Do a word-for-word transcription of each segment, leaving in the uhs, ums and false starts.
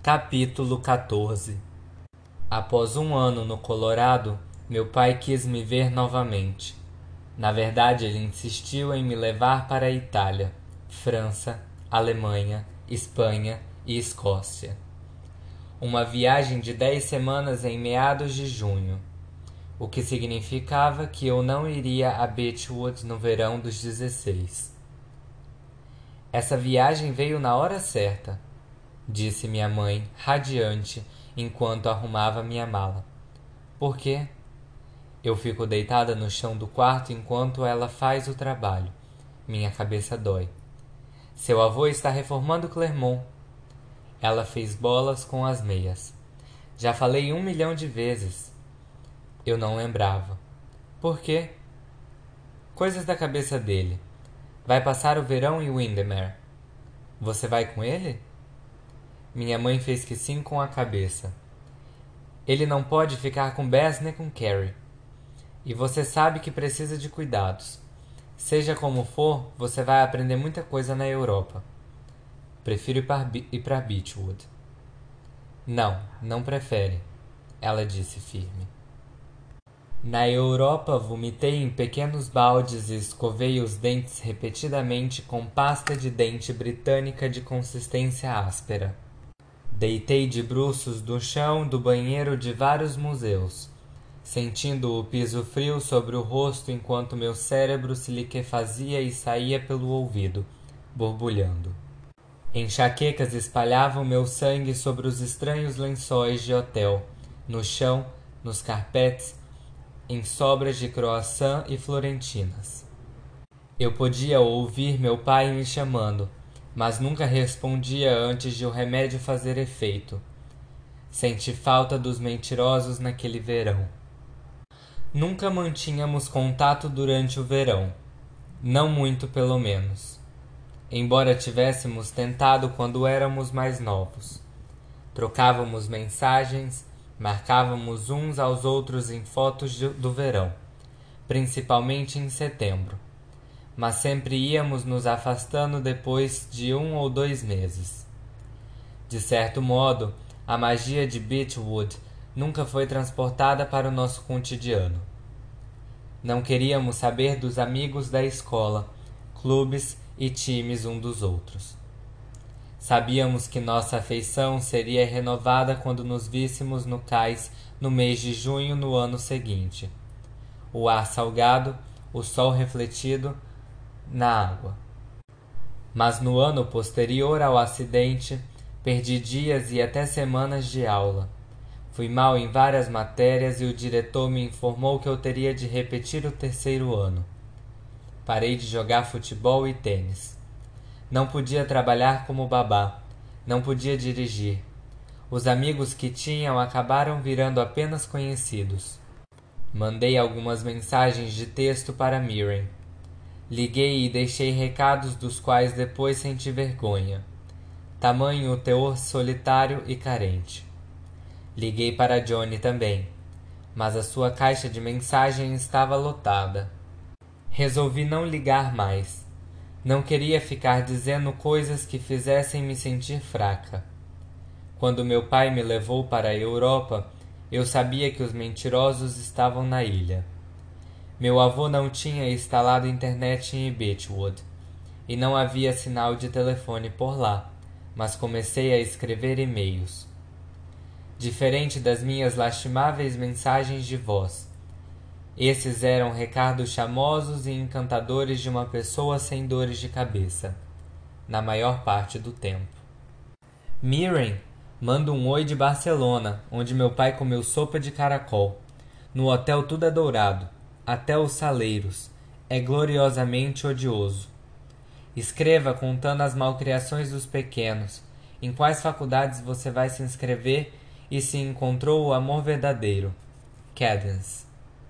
Capítulo quatorze. Após um ano no Colorado, meu pai quis me ver novamente. Na verdade, ele insistiu em me levar para a Itália, França, Alemanha, Espanha e Escócia. Uma viagem de dez semanas em meados de junho, o que significava que eu não iria a Beechwood no verão dos dezesseis. Essa viagem veio na hora certa, disse minha mãe, radiante, enquanto arrumava minha mala. Por quê? Eu fico deitada no chão do quarto enquanto ela faz o trabalho. Minha cabeça dói. Seu avô está reformando Clermont. Ela fez bolas com as meias. Já falei um milhão de vezes. Eu não lembrava. Por quê? Coisas da cabeça dele. Vai passar o verão em Windermere. Você vai com ele? Minha mãe fez que sim com a cabeça. Ele não pode ficar com Bess nem com Carrie. E você sabe que precisa de cuidados. Seja como for, você vai aprender muita coisa na Europa. Prefiro ir para Beechwood. Não, não prefere, ela disse firme. Na Europa, vomitei em pequenos baldes e escovei os dentes repetidamente com pasta de dente britânica de consistência áspera. Deitei de bruços no chão do banheiro de vários museus, sentindo o piso frio sobre o rosto enquanto meu cérebro se liquefazia e saía pelo ouvido, borbulhando. Enxaquecas espalhavam meu sangue sobre os estranhos lençóis de hotel, no chão, nos carpetes, em sobras de croissant e florentinas. Eu podia ouvir meu pai me chamando, mas nunca respondia antes de o remédio fazer efeito. Senti falta dos mentirosos naquele verão. Nunca mantínhamos contato durante o verão. Não muito, pelo menos. Embora tivéssemos tentado quando éramos mais novos. Trocávamos mensagens, marcávamos uns aos outros em fotos do verão, principalmente em setembro. Mas sempre íamos nos afastando depois de um ou dois meses. De certo modo, a magia de Beechwood nunca foi transportada para o nosso cotidiano. Não queríamos saber dos amigos da escola, clubes e times um dos outros. Sabíamos que nossa afeição seria renovada quando nos víssemos no cais no mês de junho no ano seguinte. O ar salgado, o sol refletido na água. Mas no ano posterior ao acidente, perdi dias e até semanas de aula. Fui mal em várias matérias e o diretor me informou que eu teria de repetir o terceiro ano. Parei de jogar futebol e tênis. Não podia trabalhar como babá. Não podia dirigir. Os amigos que tinham acabaram virando apenas conhecidos. Mandei algumas mensagens de texto para Mirren. Liguei e deixei recados dos quais depois senti vergonha. Tamanho o teor solitário e carente. Liguei para Johnny também, mas a sua caixa de mensagem estava lotada. Resolvi não ligar mais. Não queria ficar dizendo coisas que fizessem me sentir fraca. Quando meu pai me levou para a Europa, eu sabia que os mentirosos estavam na ilha. Meu avô não tinha instalado internet em Beechwood, e não havia sinal de telefone por lá, mas comecei a escrever e-mails. Diferente das minhas lastimáveis mensagens de voz. Esses eram recados charmosos e encantadores de uma pessoa sem dores de cabeça, na maior parte do tempo. Mirren, manda um oi de Barcelona, onde meu pai comeu sopa de caracol. No hotel tudo é dourado, até os saleiros. É gloriosamente odioso. Escreva contando as malcriações dos pequenos, em quais faculdades você vai se inscrever e se encontrou o amor verdadeiro. Cadence.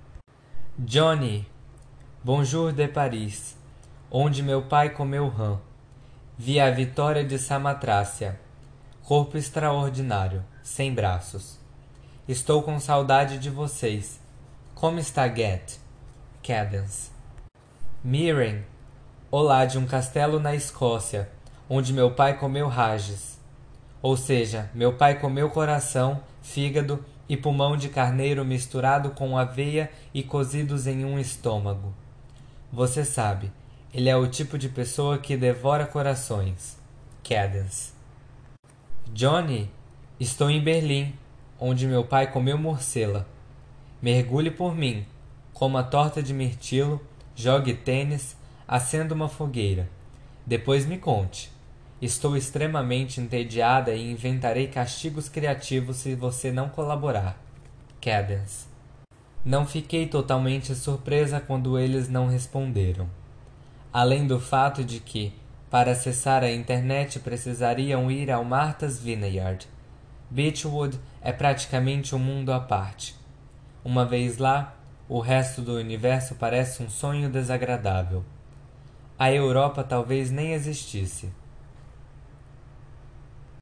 Johnny, Bonjour de Paris, onde meu pai comeu rã. Vi a vitória de Samatrácia. Corpo extraordinário, sem braços. Estou com saudade de vocês. Como está Get? Cadence. Mirren, olá de um castelo na Escócia, onde meu pai comeu rages. Ou seja, meu pai comeu coração, fígado e pulmão de carneiro misturado com aveia e cozidos em um estômago. Você sabe, ele é o tipo de pessoa que devora corações. Cadence. Johnny, estou em Berlim, onde meu pai comeu morcela. Mergulhe por mim, coma torta de mirtilo, jogue tênis, acenda uma fogueira. Depois me conte. Estou extremamente entediada e inventarei castigos criativos se você não colaborar. Cadence. Não fiquei totalmente surpresa quando eles não responderam. Além do fato de que, para acessar a internet, precisariam ir ao Martha's Vineyard. Beechwood é praticamente um mundo à parte. Uma vez lá, o resto do universo parece um sonho desagradável. A Europa talvez nem existisse.